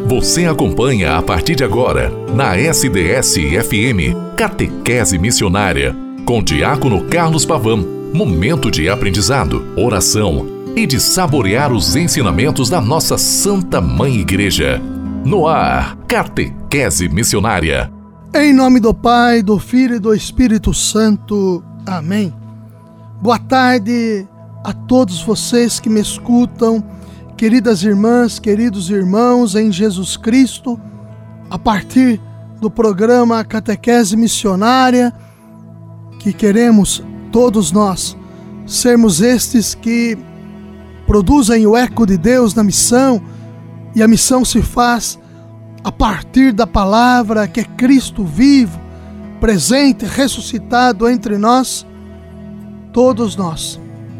Você acompanha a partir de agora, na SDS-FM, Catequese Missionária, com Diácono Carlos Pavão, momento de aprendizado, oração e de saborear os ensinamentos da nossa Santa Mãe Igreja. No ar, Catequese Missionária. Em nome do Pai, do Filho e do Espírito Santo. Amém. Boa tarde a todos vocês que me escutam, queridas irmãs, queridos irmãos em Jesus Cristo, a partir do programa Catequese Missionária, que queremos todos nós sermos estes que produzem o eco de Deus na missão, e a missão se faz a partir da palavra que é Cristo vivo, presente, ressuscitado entre nós. Todos nós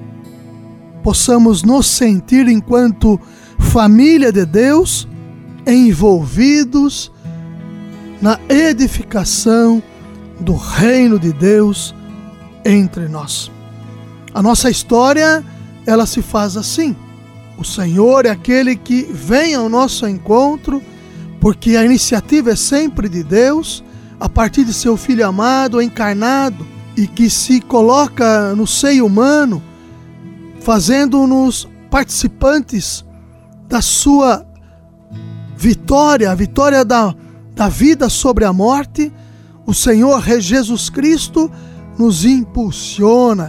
possamos nos sentir enquanto família de Deus, envolvidos na edificação do reino de Deus entre nós. A nossa história, ela se faz assim. O Senhor é aquele que vem ao nosso encontro, porque a iniciativa é sempre de Deus, a partir de seu Filho amado, encarnado, e que se coloca no seio humano, fazendo-nos participantes da sua vitória, a vitória da vida sobre a morte. O Senhor Jesus Cristo nos impulsiona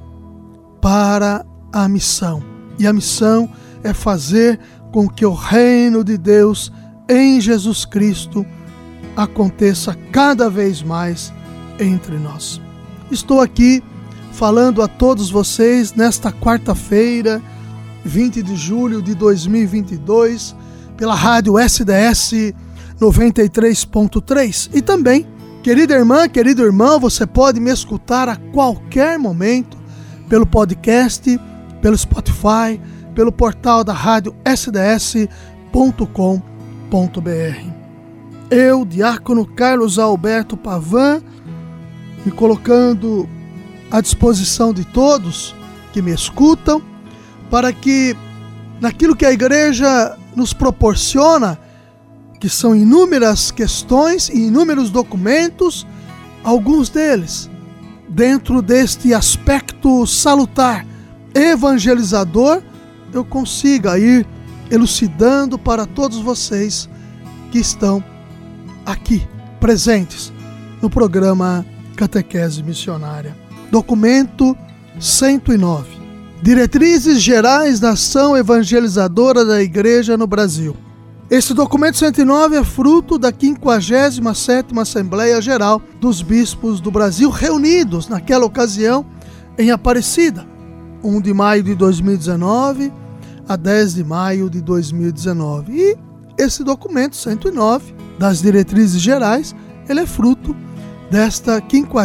para a missão. E a missão é fazer com que o reino de Deus em Jesus Cristo aconteça cada vez mais entre nós. Estou aqui falando a todos vocês nesta quarta-feira, 20 de julho de 2022, pela rádio SDS 93.3. E também, querida irmã, querido irmão, você pode me escutar a qualquer momento pelo podcast, pelo Spotify, pelo portal da rádio sds.com.br. Eu, Diácono Carlos Alberto Pavão, me colocando à disposição de todos que me escutam, para que naquilo que a igreja nos proporciona, que são inúmeras questões e inúmeros documentos, alguns deles dentro deste aspecto salutar, evangelizador, eu consiga ir elucidando para todos vocês que estão aqui presentes no programa Catequese Missionária. Documento 109. Diretrizes Gerais da Ação Evangelizadora da Igreja no Brasil. Este documento 109 é fruto da 57ª Assembleia Geral dos Bispos do Brasil, reunidos naquela ocasião em Aparecida, 1 de maio de 2019 a 10 de maio de 2019. E esse documento 109 das Diretrizes Gerais, ele é fruto desta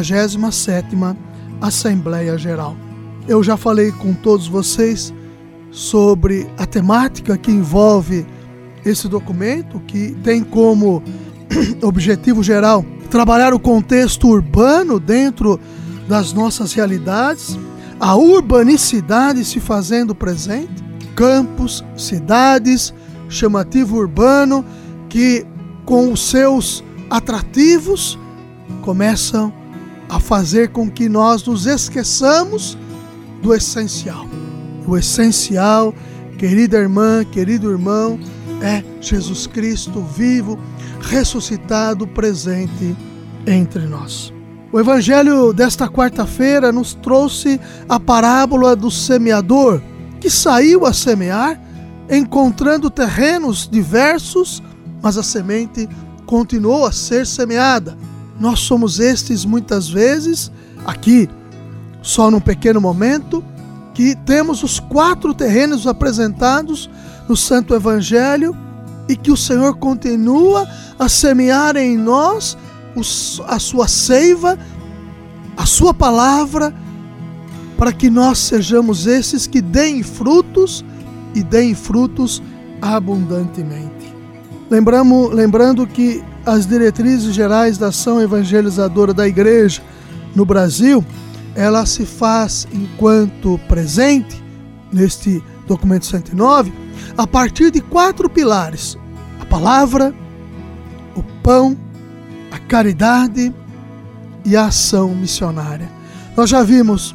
57ª Assembleia Geral. Eu já falei com todos vocês sobre a temática que envolve esse documento, que tem como objetivo geral trabalhar o contexto urbano dentro das nossas realidades, a urbanicidade se fazendo presente, campos, cidades, chamativo urbano, que com os seus atrativos começam a fazer com que nós nos esqueçamos do essencial. O essencial, querida irmã, querido irmão, é Jesus Cristo vivo, ressuscitado, presente entre nós. O evangelho desta quarta-feira nos trouxe a parábola do semeador, que saiu a semear, encontrando terrenos diversos, mas a semente continuou a ser semeada. Nós somos estes muitas vezes, aqui, só num pequeno momento, que temos os 4 terrenos apresentados no Santo Evangelho e que o Senhor continua a semear em nós a sua seiva, a sua palavra, para que nós sejamos esses que deem frutos e deem frutos abundantemente. Lembrando que as diretrizes gerais da ação evangelizadora da Igreja no Brasil, ela se faz enquanto presente neste documento 109, a partir de 4 pilares. a palavra, o pão, a caridade e a ação missionária. Nós já vimos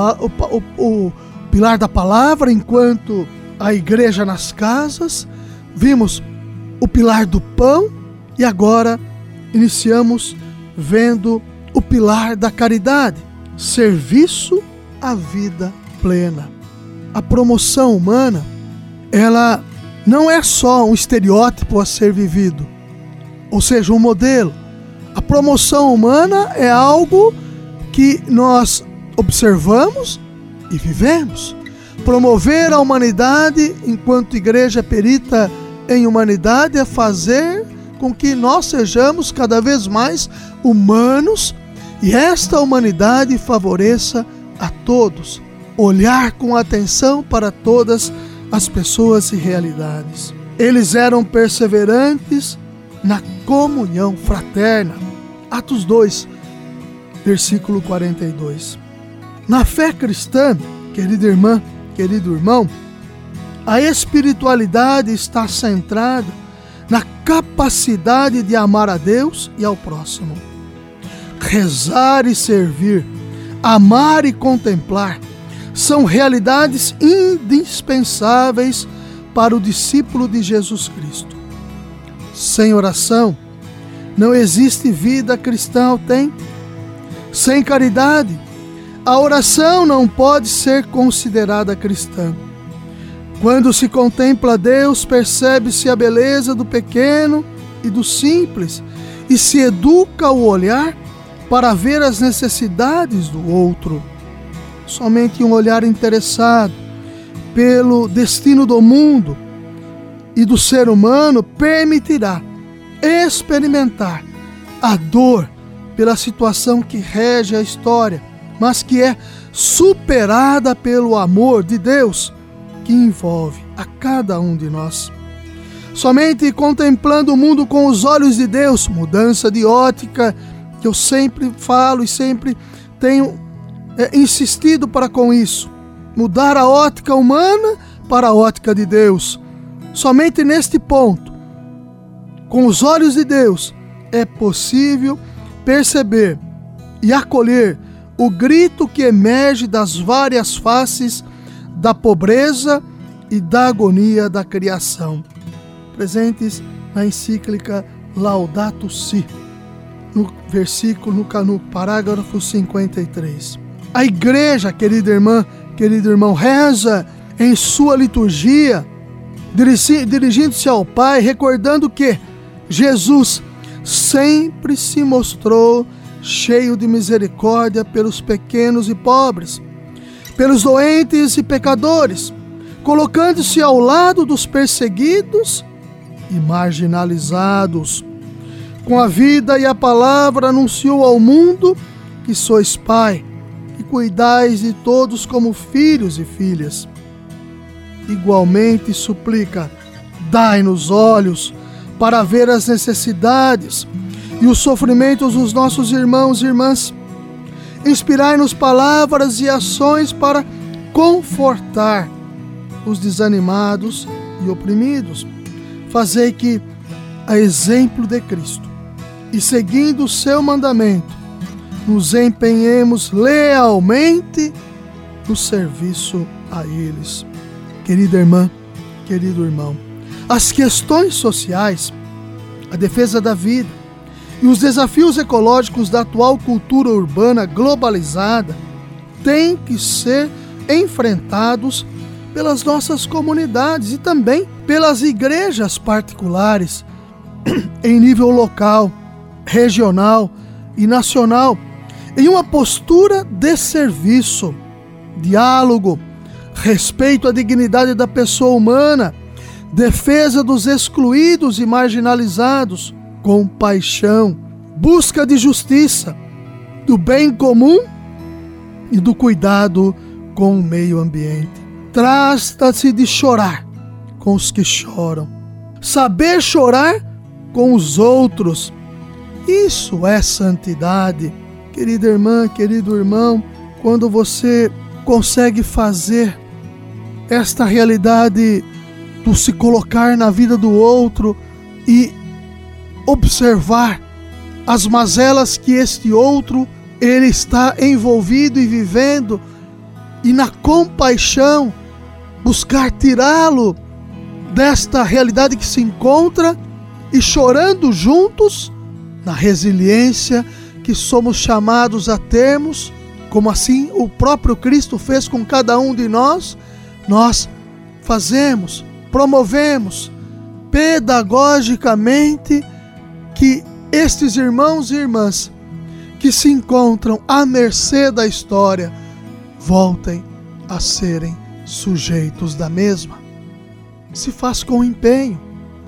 o pilar da palavra enquanto a igreja nas casas, vimos o pilar do pão e agora iniciamos vendo o pilar da caridade, serviço à vida plena. A promoção humana, ela não é só um estereótipo a ser vivido, ou seja, um modelo. A promoção humana é algo que nós observamos e vivemos. Promover a humanidade enquanto igreja perita em humanidade é fazer com que nós sejamos cada vez mais humanos e esta humanidade favoreça a todos. Olhar com atenção para todas as pessoas e realidades. Eles eram perseverantes na comunhão fraterna. Atos 2, versículo 42. Na fé cristã, querida irmã, querido irmão, a espiritualidade está centrada na capacidade de amar a Deus e ao próximo. Rezar e servir, amar e contemplar, são realidades indispensáveis para o discípulo de Jesus Cristo. Sem oração, não existe vida cristã autêntica. Sem caridade, a oração não pode ser considerada cristã. Quando se contempla Deus, percebe-se a beleza do pequeno e do simples e se educa o olhar para ver as necessidades do outro. Somente um olhar interessado pelo destino do mundo e do ser humano permitirá experimentar a dor pela situação que rege a história, mas que é superada pelo amor de Deus que envolve a cada um de nós. Somente contemplando o mundo com os olhos de Deus, mudança de ótica, que eu sempre falo e sempre tenho insistido para com isso, mudar a ótica humana para a ótica de Deus. Somente neste ponto, com os olhos de Deus, é possível perceber e acolher o grito que emerge das várias faces da pobreza e da agonia da criação, presentes na encíclica Laudato Si, no parágrafo 53. A igreja, querida irmã, querido irmão, reza em sua liturgia, dirigindo-se ao Pai, recordando que Jesus sempre se mostrou cheio de misericórdia pelos pequenos e pobres, pelos doentes e pecadores, colocando-se ao lado dos perseguidos e marginalizados. Com a vida e a palavra anunciou ao mundo que sois Pai, e cuidais de todos como filhos e filhas. Igualmente suplica, dai-nos olhos para ver as necessidades e os sofrimentos dos nossos irmãos e irmãs. Inspirai-nos palavras e ações para confortar os desanimados e oprimidos. Fazei que, a exemplo de Cristo, e seguindo o seu mandamento, nos empenhemos lealmente no serviço a eles. Querida irmã, querido irmão, as questões sociais, a defesa da vida e os desafios ecológicos da atual cultura urbana globalizada têm que ser enfrentados pelas nossas comunidades e também pelas igrejas particulares em nível local, regional e nacional, em uma postura de serviço, diálogo, respeito à dignidade da pessoa humana, defesa dos excluídos e marginalizados, compaixão, busca de justiça, do bem comum e do cuidado com o meio ambiente. Trata-se de chorar com os que choram, saber chorar com os outros. Isso é santidade. Querida irmã, querido irmão, quando você consegue fazer esta realidade do se colocar na vida do outro e observar as mazelas que este outro ele está envolvido e vivendo, e na compaixão buscar tirá-lo desta realidade que se encontra, e chorando juntos na resiliência que somos chamados a termos, como assim o próprio Cristo fez com cada um de nós. Nós fazemos, promovemos pedagogicamente que estes irmãos e irmãs que se encontram à mercê da história voltem a serem sujeitos da mesma. Se faz com empenho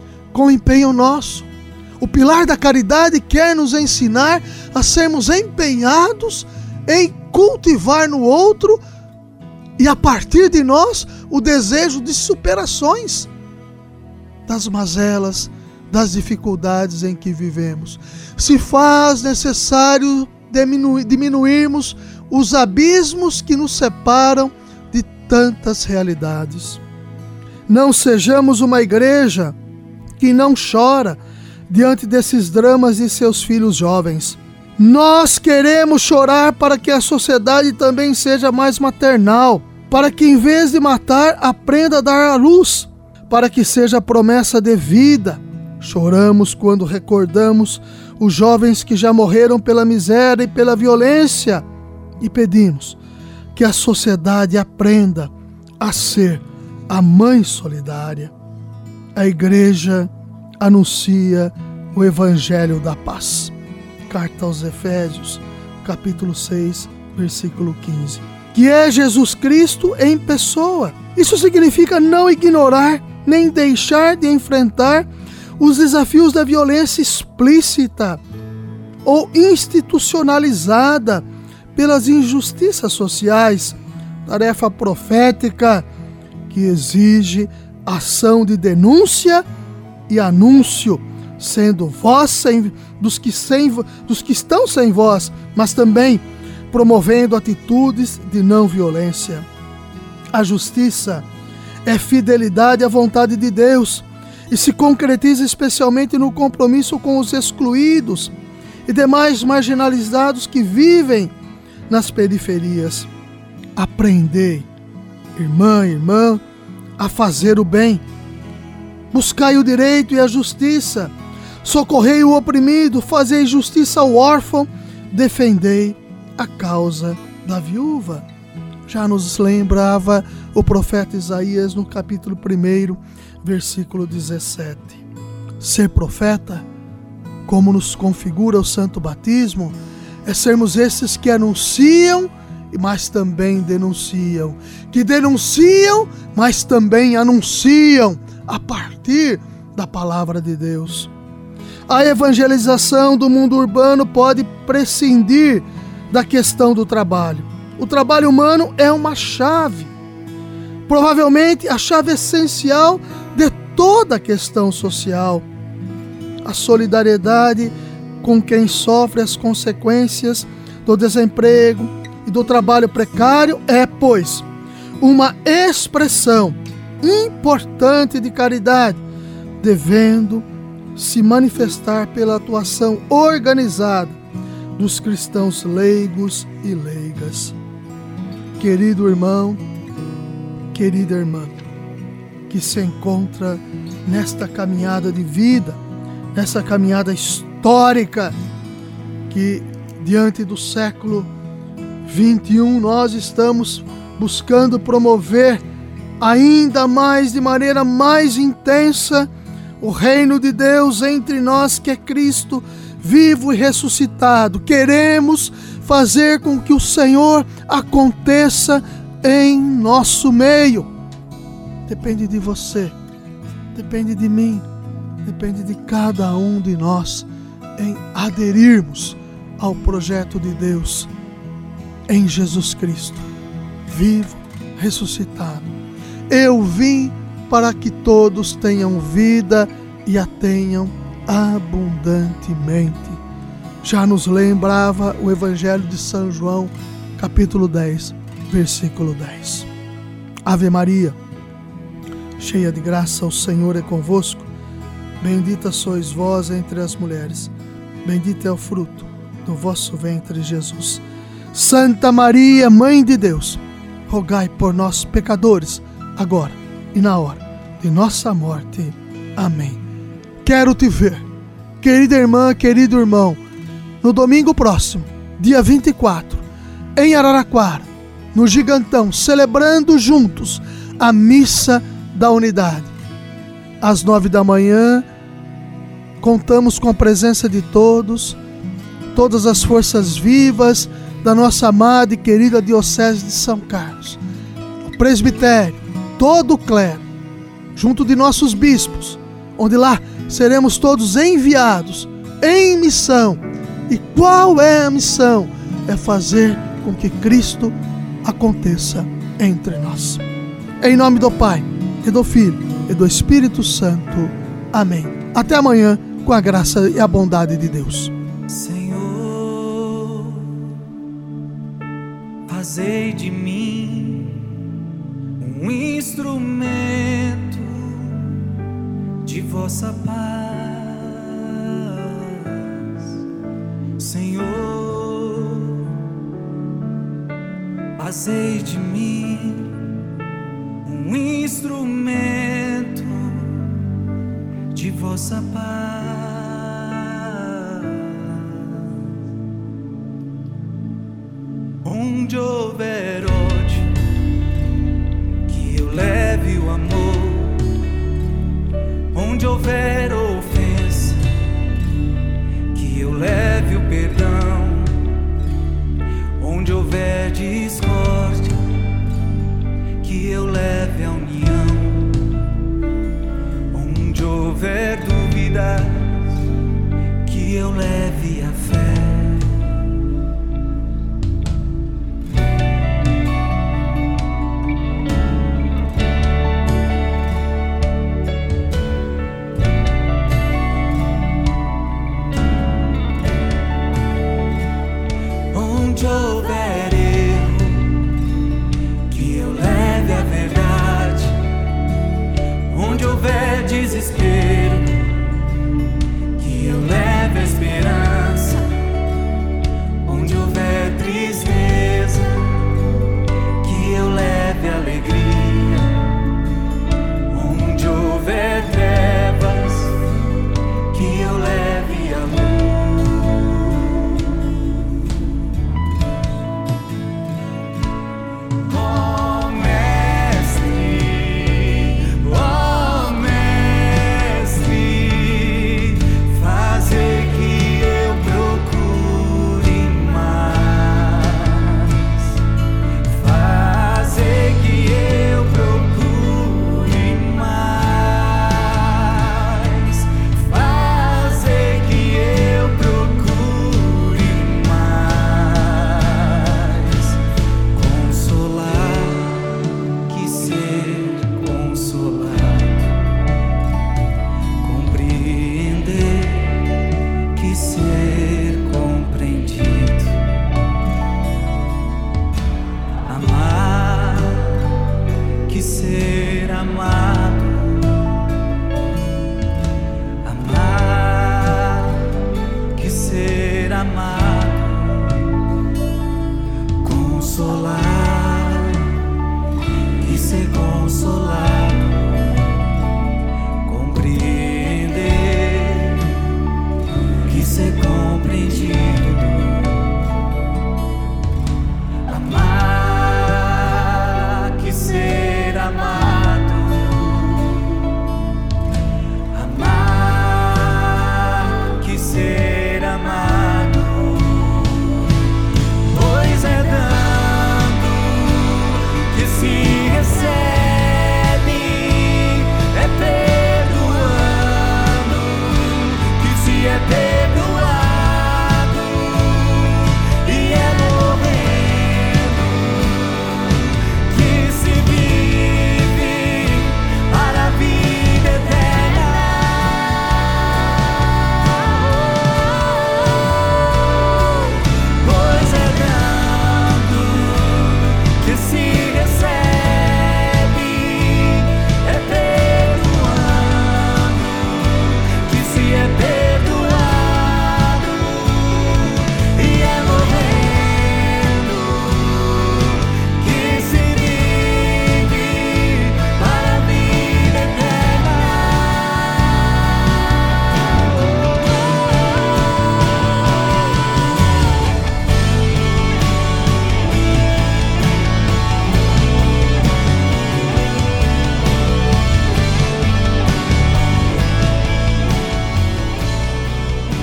nosso. O pilar da caridade quer nos ensinar a sermos empenhados em cultivar no outro e, a partir de nós, o desejo de superações das mazelas, das dificuldades em que vivemos. Se faz necessário diminuirmos os abismos que nos separam de tantas realidades. Não sejamos uma igreja que não chora diante desses dramas de seus filhos jovens. Nós queremos chorar para que a sociedade também seja mais maternal, para que em vez de matar, aprenda a dar à luz, para que seja promessa de vida. Choramos quando recordamos os jovens que já morreram pela miséria e pela violência, e pedimos que a sociedade aprenda a ser a mãe solidária. A igreja anuncia o Evangelho da Paz. Carta aos Efésios, capítulo 6, versículo 15. Que é Jesus Cristo em pessoa. Isso significa não ignorar, nem deixar de enfrentar os desafios da violência explícita ou institucionalizada pelas injustiças sociais. Tarefa profética que exige ação de denúncia e anúncio, sendo voz dos que estão sem voz, mas também promovendo atitudes de não violência. A justiça é fidelidade à vontade de Deus e se concretiza especialmente no compromisso com os excluídos e demais marginalizados que vivem nas periferias. Aprendei, irmã, a fazer o bem. Buscai o direito e a justiça. Socorrei o oprimido, fazei justiça ao órfão, defendei a causa da viúva. Já nos lembrava o profeta Isaías no capítulo 1, versículo 17. Ser profeta, como nos configura o santo batismo, é sermos esses que anunciam, mas também denunciam. Que denunciam, mas também anunciam a partir da palavra de Deus. A evangelização do mundo urbano pode prescindir da questão do trabalho. O trabalho humano é uma chave, provavelmente a chave essencial de toda a questão social. A solidariedade com quem sofre as consequências do desemprego e do trabalho precário é, pois, uma expressão importante de caridade, devendo se manifestar pela atuação organizada dos cristãos leigos e leigas. Querido irmão, querida irmã, que se encontra nesta caminhada de vida, nessa caminhada histórica, que diante do século 21 nós estamos buscando promover ainda mais, de maneira mais intensa, o reino de Deus entre nós, que é Cristo vivo e ressuscitado. Queremos fazer com que o Senhor aconteça em nosso meio. Depende de você, depende de mim, depende de cada um de nós em aderirmos ao projeto de Deus em Jesus Cristo, vivo, ressuscitado. Eu vim para que todos tenham vida e a tenham abundantemente. Já nos lembrava o Evangelho de São João, capítulo 10, versículo 10. Ave Maria, cheia de graça, o Senhor é convosco. Bendita sois vós entre as mulheres, bendito é o fruto do vosso ventre, Jesus. Santa Maria, Mãe de Deus, rogai por nós, pecadores, agora e na hora de nossa morte. Amém. Quero te ver, querida irmã, querido irmão, no domingo próximo, dia 24, em Araraquara, no Gigantão, celebrando juntos a Missa da Unidade. Às 9 da manhã, contamos com a presença de todas as forças vivas da nossa amada e querida Diocese de São Carlos. O presbitério, todo o clero, junto de nossos bispos, onde lá seremos todos enviados em missão. E qual é a missão? É fazer com que Cristo aconteça entre nós. Em nome do Pai, e do Filho, e do Espírito Santo. Amém. Até amanhã, com a graça e a bondade de Deus. Senhor, fazei de mim um instrumento de vossa paz. Senhor, fazei de mim um instrumento de vossa paz. Onde houver ódio, que eu leve o amor. Onde houver ofensa, que eu leve o perdão. Onde houver discórdia, que eu leve a união. Onde houver dúvidas, que eu leve a fé. Onde houver erro, que eu leve a verdade. Onde houver desespero, que eu leve a esperança. Onde houver tristeza, que eu leve a alegria. Onde houver trevas, que eu leve a luz.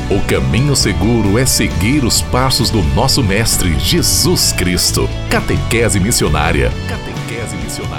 O caminho seguro é seguir os passos do nosso Mestre Jesus Cristo. Catequese Missionária. Catequese Missionária.